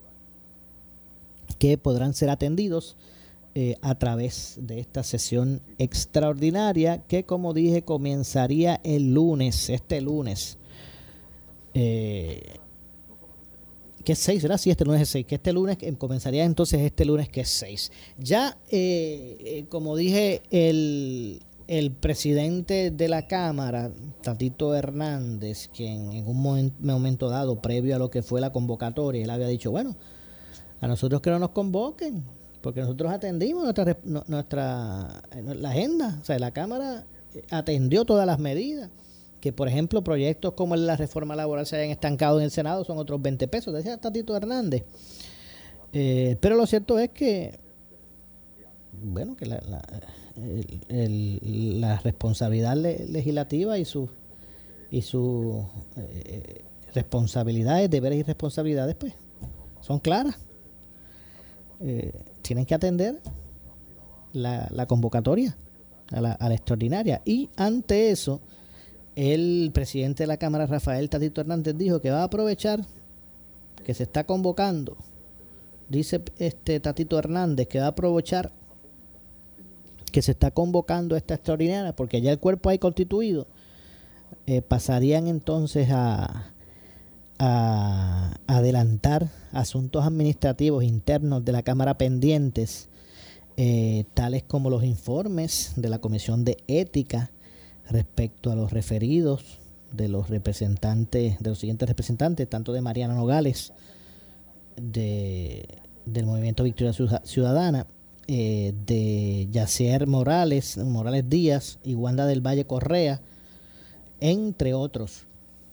que podrán ser atendidos eh, a través de esta sesión extraordinaria, que, como dije, comenzaría el lunes, este lunes. Eh, que es seis, ¿verdad? Sí, este lunes es seis, que este lunes comenzaría entonces este lunes que es seis. Ya, eh, eh, como dije, el, el presidente de la Cámara, Tatito Hernández, quien en un momento, momento dado, previo a lo que fue la convocatoria, él había dicho, bueno, a nosotros que no nos convoquen, porque nosotros atendimos nuestra, nuestra la agenda, o sea, la Cámara atendió todas las medidas. Que, por ejemplo, proyectos como el de la reforma laboral se hayan estancado en el Senado, son otros veinte pesos, decía Tatito Hernández. Eh, pero lo cierto es que, bueno, que la, la, el, el, la responsabilidad le, legislativa y sus y su, eh, responsabilidades, deberes y responsabilidades, pues, son claras. Eh, tienen que atender la, la convocatoria a la, a la extraordinaria. Y ante eso, el presidente de la Cámara, Rafael Tatito Hernández, dijo que va a aprovechar que se está convocando, dice este Tatito Hernández, que va a aprovechar que se está convocando esta extraordinaria, porque ya el cuerpo hay constituido, eh, pasarían entonces a, a adelantar asuntos administrativos internos de la Cámara pendientes, eh, tales como los informes de la Comisión de Ética respecto a los referidos de los representantes, de los siguientes representantes, tanto de Mariana Nogales, de, del Movimiento Victoria Ciudadana, eh, de Yacier Morales, Morales Díaz y Wanda del Valle Correa, entre otros.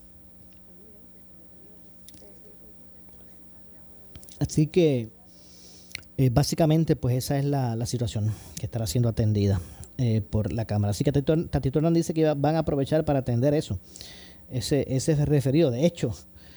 Así que eh, básicamente pues esa es la, la situación que estará siendo atendida eh, por la Cámara. Así que Tatito, Tatito Hernández dice que van a aprovechar para atender eso, ese, ese referido. De hecho,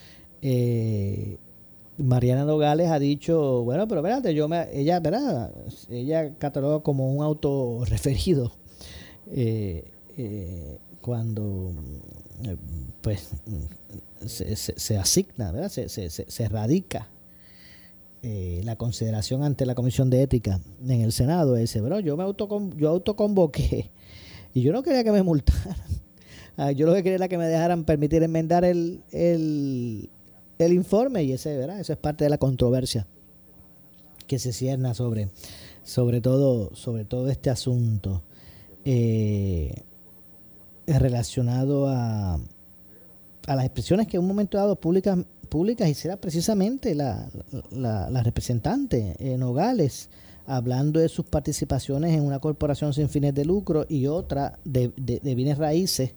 eh, Mariana Nogales ha dicho, bueno, pero espérate, yo me, ella, ¿verdad? Ella cataloga como un autorreferido eh, eh, cuando eh, pues se, se, se asigna, ¿verdad? Se, se, se, se radica eh, la consideración ante la Comisión de Ética en el Senado. Dice, bro, yo me autocon, yo autoconvoqué y yo no quería que me multaran. Ah, yo lo que quería era que me dejaran permitir enmendar el, el, el informe, y ese, ¿verdad? Eso es parte de la controversia que se cierna sobre, sobre todo, sobre todo este asunto eh, relacionado a, a las expresiones que en un momento dado públicas públicas hiciera precisamente la, la, la representante eh, Nogales, hablando de sus participaciones en una corporación sin fines de lucro y otra de, de, de bienes raíces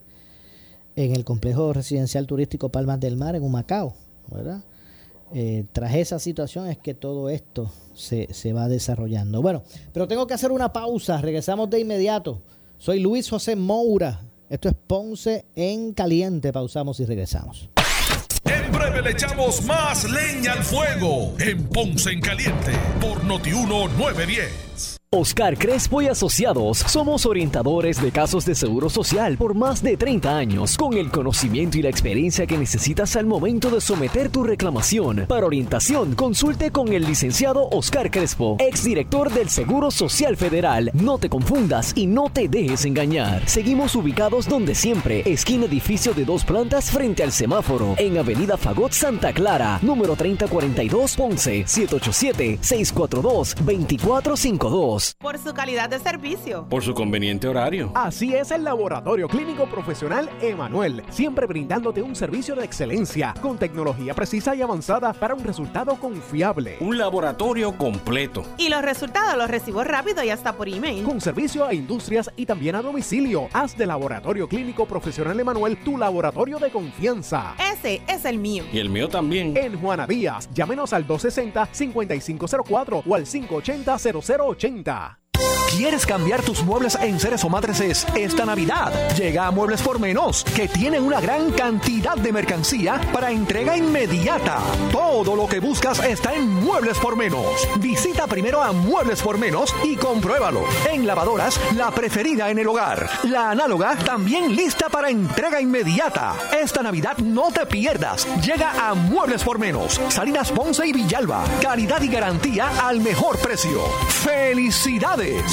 en el complejo residencial turístico Palmas del Mar en Humacao, ¿verdad? Eh, tras esa situación es que todo esto se, se va desarrollando. Bueno, pero tengo que hacer una pausa, regresamos de inmediato. Soy Luis José Moura, esto es Ponce en Caliente, pausamos y regresamos. En breve le echamos más leña al fuego en Ponce en Caliente por Noti uno nueve diez. Oscar Crespo y Asociados somos orientadores de casos de seguro social por más de treinta años, con el conocimiento y la experiencia que necesitas al momento de someter tu reclamación. Para orientación, consulte con el licenciado Oscar Crespo, exdirector del Seguro Social Federal. No te confundas y no te dejes engañar. Seguimos ubicados donde siempre, esquina edificio de dos plantas frente al semáforo, en Avenida Fagot Santa Clara, número treinta cuarenta y dos Ponce, siete ocho siete, seis cuatro dos, dos cuatro cinco dos. Por su calidad de servicio. Por su conveniente horario. Así es el Laboratorio Clínico Profesional Emanuel, siempre brindándote un servicio de excelencia, con tecnología precisa y avanzada para un resultado confiable. Un laboratorio completo. Y los resultados los recibo rápido y hasta por email. Con servicio a industrias y también a domicilio. Haz de Laboratorio Clínico Profesional Emanuel tu laboratorio de confianza. Ese es el mío. Y el mío también. En Juana Díaz, llámenos al dos sesenta, cincuenta y cinco cero cuatro o al cinco ochenta, cero cero ochenta. ¿Quieres cambiar tus muebles en seres o matrices esta Navidad? Llega a Muebles por Menos, que tiene una gran cantidad de mercancía para entrega inmediata. Todo lo que buscas está en Muebles por Menos. Visita primero a Muebles por Menos y compruébalo. En lavadoras, la preferida en el hogar. La análoga, también lista para entrega inmediata. Esta Navidad no te pierdas. Llega a Muebles por Menos. Salinas Ponce y Villalba. Calidad y garantía al mejor precio. ¡Felicidades!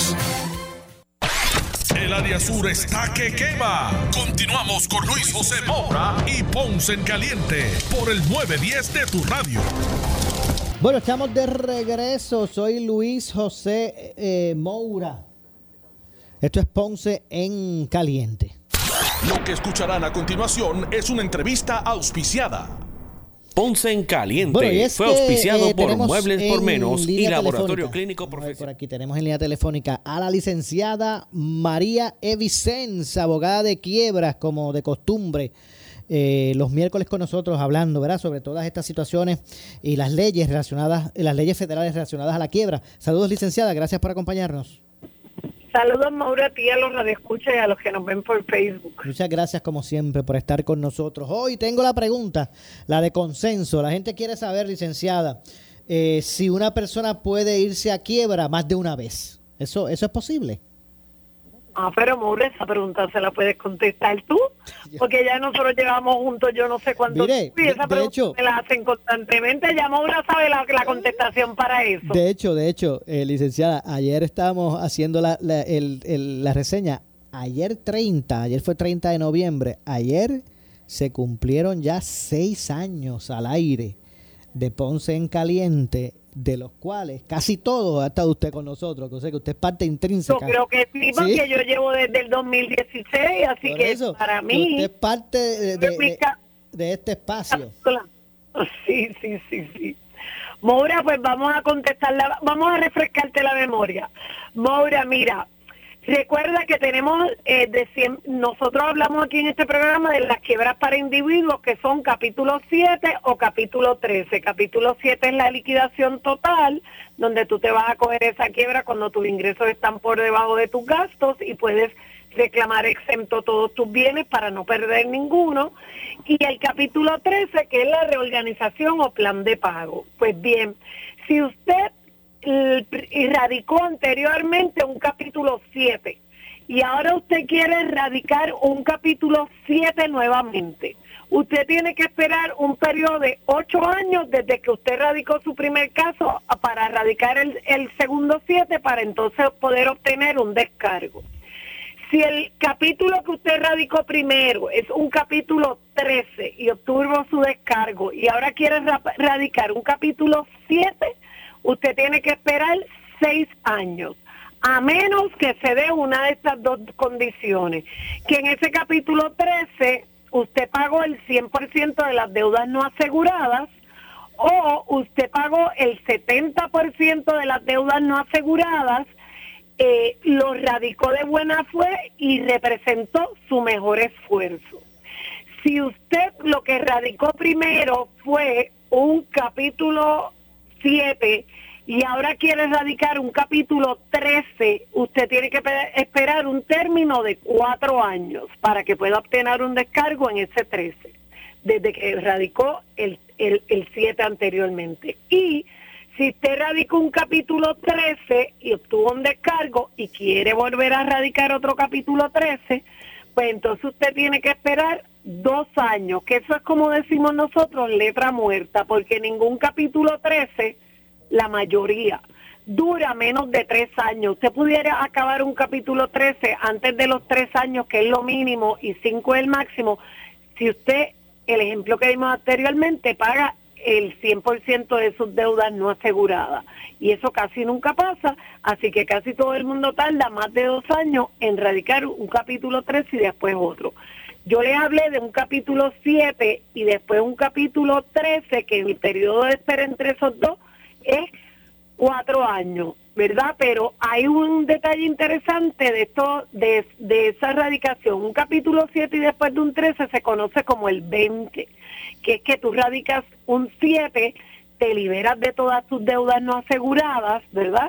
El área sur está que quema. Continuamos con Luis José Moura y Ponce en Caliente por el nueve diez de tu radio. Bueno, estamos de regreso. Soy Luis José eh, Moura. Esto es Ponce en Caliente. Lo que escucharán a continuación es una entrevista auspiciada. Ponce en Caliente bueno, es fue que, auspiciado eh, por Muebles por Menos y Laboratorio telefónica. Clínico Profesional. Por aquí tenemos en línea telefónica a la licenciada María Evicens, abogada de quiebras, como de costumbre. Eh, los miércoles con nosotros hablando, ¿verdad?, sobre todas estas situaciones y las leyes relacionadas, las leyes federales relacionadas a la quiebra. Saludos, licenciada, gracias por acompañarnos. Saludos, Maura, a ti, a los radioescuchas y a los que nos ven por Facebook. Muchas gracias, como siempre, por estar con nosotros. Hoy tengo la pregunta, la de consenso. La gente quiere saber, licenciada, eh, si una persona puede irse a quiebra más de una vez. ¿Eso, eso es posible? Ah, pero Maura, esa pregunta se la puedes contestar tú, porque ya nosotros llevamos juntos yo no sé cuánto Mire, tiempo y esa de pregunta hecho- me la hacen constantemente. Ya Maura sabe la, la contestación para eso. De hecho, de hecho, eh, licenciada, ayer estábamos haciendo la, la, el- el- la reseña. Ayer treinta, ayer fue treinta de noviembre. Ayer se cumplieron ya seis años al aire de Ponce en Caliente, de los cuales casi todos ha estado usted con nosotros, o sea que usted es parte Yo intrínseca. creo que sí, porque Sí. yo llevo desde el dos mil dieciséis, así Por que eso, para que mí... usted es parte de, de- mi de- ca- de este espacio. Sí, sí, sí, sí. Moura, pues vamos a contestarla, vamos a refrescarte la memoria. Moura, mira, recuerda que tenemos, eh, de cien, nosotros hablamos aquí en este programa de las quiebras para individuos, que son capítulo siete o capítulo trece. Capítulo siete es la liquidación total, donde tú te vas a coger esa quiebra cuando tus ingresos están por debajo de tus gastos y puedes reclamar exento todos tus bienes para no perder ninguno. Y el capítulo trece, que es la reorganización o plan de pago. Pues bien, si usted eh, radicó anteriormente un capítulo siete y ahora usted quiere radicar un capítulo siete nuevamente, usted tiene que esperar un periodo de ocho años desde que usted radicó su primer caso para radicar el, el segundo siete, para entonces poder obtener un descargo. Si el capítulo que usted radicó primero es un capítulo trece y obtuvo su descargo y ahora quiere ra- radicar un capítulo siete, usted tiene que esperar seis años, a menos que se dé una de estas dos condiciones, que en ese capítulo trece usted pagó el cien por ciento de las deudas no aseguradas, o usted pagó el setenta por ciento de las deudas no aseguradas, eh, lo radicó de buena fe y representó su mejor esfuerzo. Si usted lo que radicó primero fue un capítulo siete y ahora quiere radicar un capítulo trece, usted tiene que pe- esperar un término de cuatro años para que pueda obtener un descargo en ese trece, desde que radicó el, el, el siete anteriormente. Y si usted radicó un capítulo trece y obtuvo un descargo y quiere volver a radicar otro capítulo trece, pues entonces usted tiene que esperar dos años, que eso es como decimos nosotros, letra muerta, porque ningún capítulo trece, la mayoría, dura menos de tres años. Usted pudiera acabar un capítulo trece antes de los tres años, que es lo mínimo, y cinco es el máximo, si usted, el ejemplo que dimos anteriormente, paga el cien por ciento de sus deudas no aseguradas. Y eso casi nunca pasa, así que casi todo el mundo tarda más de dos años en radicar un capítulo tres y después otro. Yo les hablé de un capítulo siete y después un capítulo trece, que el periodo de espera entre esos dos es cuatro años, ¿verdad? Pero hay un detalle interesante de esto, de, de esa radicación. Un capítulo siete y después de un trece se conoce como el veinte, que es que tú radicas un siete, te liberas de todas tus deudas no aseguradas, ¿verdad?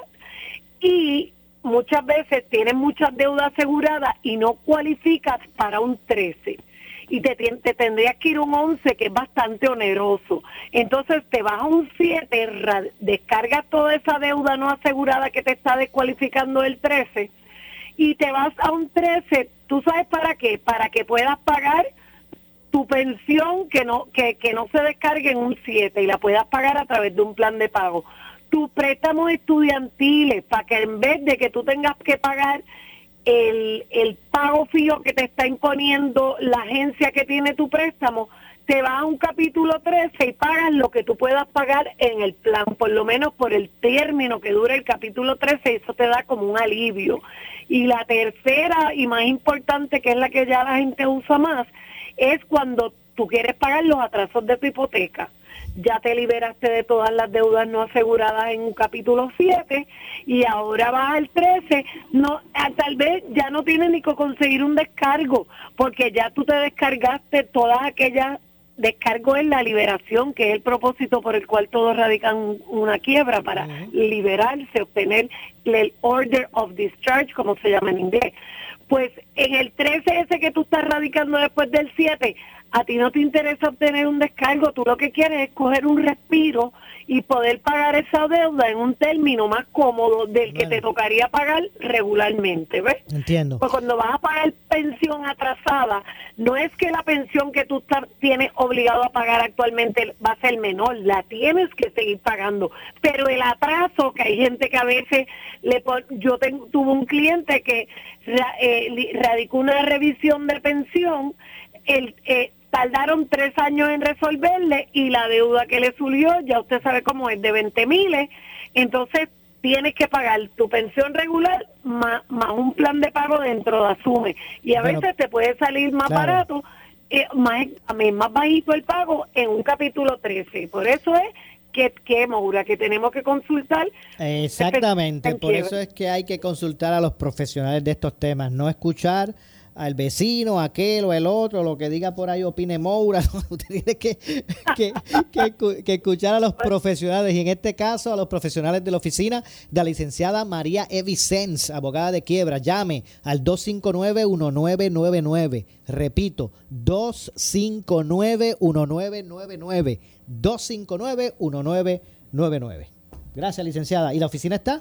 Y muchas veces tienes muchas deudas aseguradas y no cualificas para un trece. Y te, te tendrías que ir a un once, que es bastante oneroso. Entonces te vas a un siete, ra- descargas toda esa deuda no asegurada que te está descualificando el trece, y te vas a un trece. ¿Tú sabes para qué? Para que puedas pagar tu pensión, que no que, que no se descargue en un siete y la puedas pagar a través de un plan de pago. Tus préstamos estudiantiles, para que en vez de que tú tengas que pagar el, el pago fijo que te está imponiendo la agencia que tiene tu préstamo, te vas a un capítulo trece y pagas lo que tú puedas pagar en el plan, por lo menos por el término que dura el capítulo trece, y eso te da como un alivio. Y la tercera y más importante, que es la que ya la gente usa más, es cuando tú quieres pagar los atrasos de tu hipoteca. Ya te liberaste de todas las deudas no aseguradas en un capítulo siete y ahora vas al trece, no, ah, tal vez ya no tienes ni que conseguir un descargo, porque ya tú te descargaste todas aquellas. Descargo es la liberación, que es el propósito por el cual todos radican una quiebra, para liberarse, obtener el order of discharge, como se llama en inglés. Pues en el trece ese que tú estás radicando después del siete, a ti no te interesa obtener un descargo, tú lo que quieres es coger un respiro y poder pagar esa deuda en un término más cómodo del que te tocaría pagar regularmente, ¿ves? Entiendo. Pues cuando vas a pagar pensión atrasada, no es que la pensión que tú tienes obligado a pagar actualmente va a ser menor, la tienes que seguir pagando, pero el atraso, que hay gente que a veces, le pon, yo tengo, tuve un cliente que eh, radicó una revisión de pensión, el eh, tardaron tres años en resolverle y la deuda que le subió, ya usted sabe cómo es, de veinte miles, entonces tienes que pagar tu pensión regular más, más un plan de pago dentro de Asume. Y a bueno, veces te puede salir más claro. barato, eh, más, más bajito el pago en un capítulo trece. Por eso es que, que Moura, que tenemos que consultar. Exactamente, por eso es que hay que consultar a los profesionales de estos temas, no escuchar al vecino, aquel o el otro, lo que diga por ahí opine Moura. Usted tiene que, que, que, que escuchar a los profesionales, y en este caso a los profesionales de la oficina de la licenciada María E. Vicens, abogada de quiebra. Llame al dos cinco nueve, uno nueve nueve nueve. Repito, dos cinco nueve, uno nueve nueve nueve. dos cinco nueve, uno nueve nueve nueve. Gracias, licenciada. ¿Y la oficina está?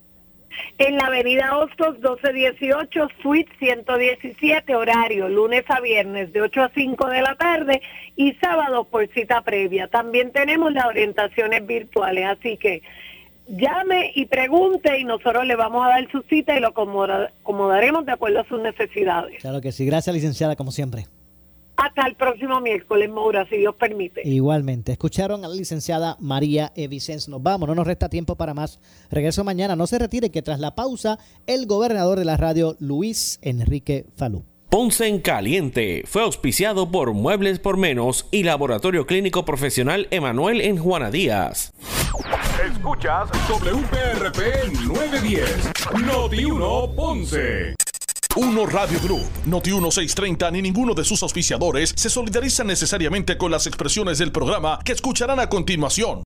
En la avenida Hostos doce dieciocho, suite ciento diecisiete, horario lunes a viernes de ocho a cinco de la tarde y sábado por cita previa. También tenemos las orientaciones virtuales, así que llame y pregunte y nosotros le vamos a dar su cita y lo acomodaremos de acuerdo a sus necesidades. Claro que sí. Gracias, licenciada, como siempre. Hasta el próximo miércoles, Moura, si Dios permite. Igualmente. Escucharon a la licenciada María E. Vicens. Nos vamos, no nos resta tiempo para más. Regreso mañana. No se retire, que tras la pausa, el gobernador de la radio, Luis Enrique Falú. Ponce en Caliente fue auspiciado por Muebles por Menos y Laboratorio Clínico Profesional Emanuel en Juana Díaz. Escuchas W P R P nueve diez, Noti uno Ponce. Uno Radio Group, Noti uno seiscientos treinta ni ninguno de sus auspiciadores se solidarizan necesariamente con las expresiones del programa que escucharán a continuación.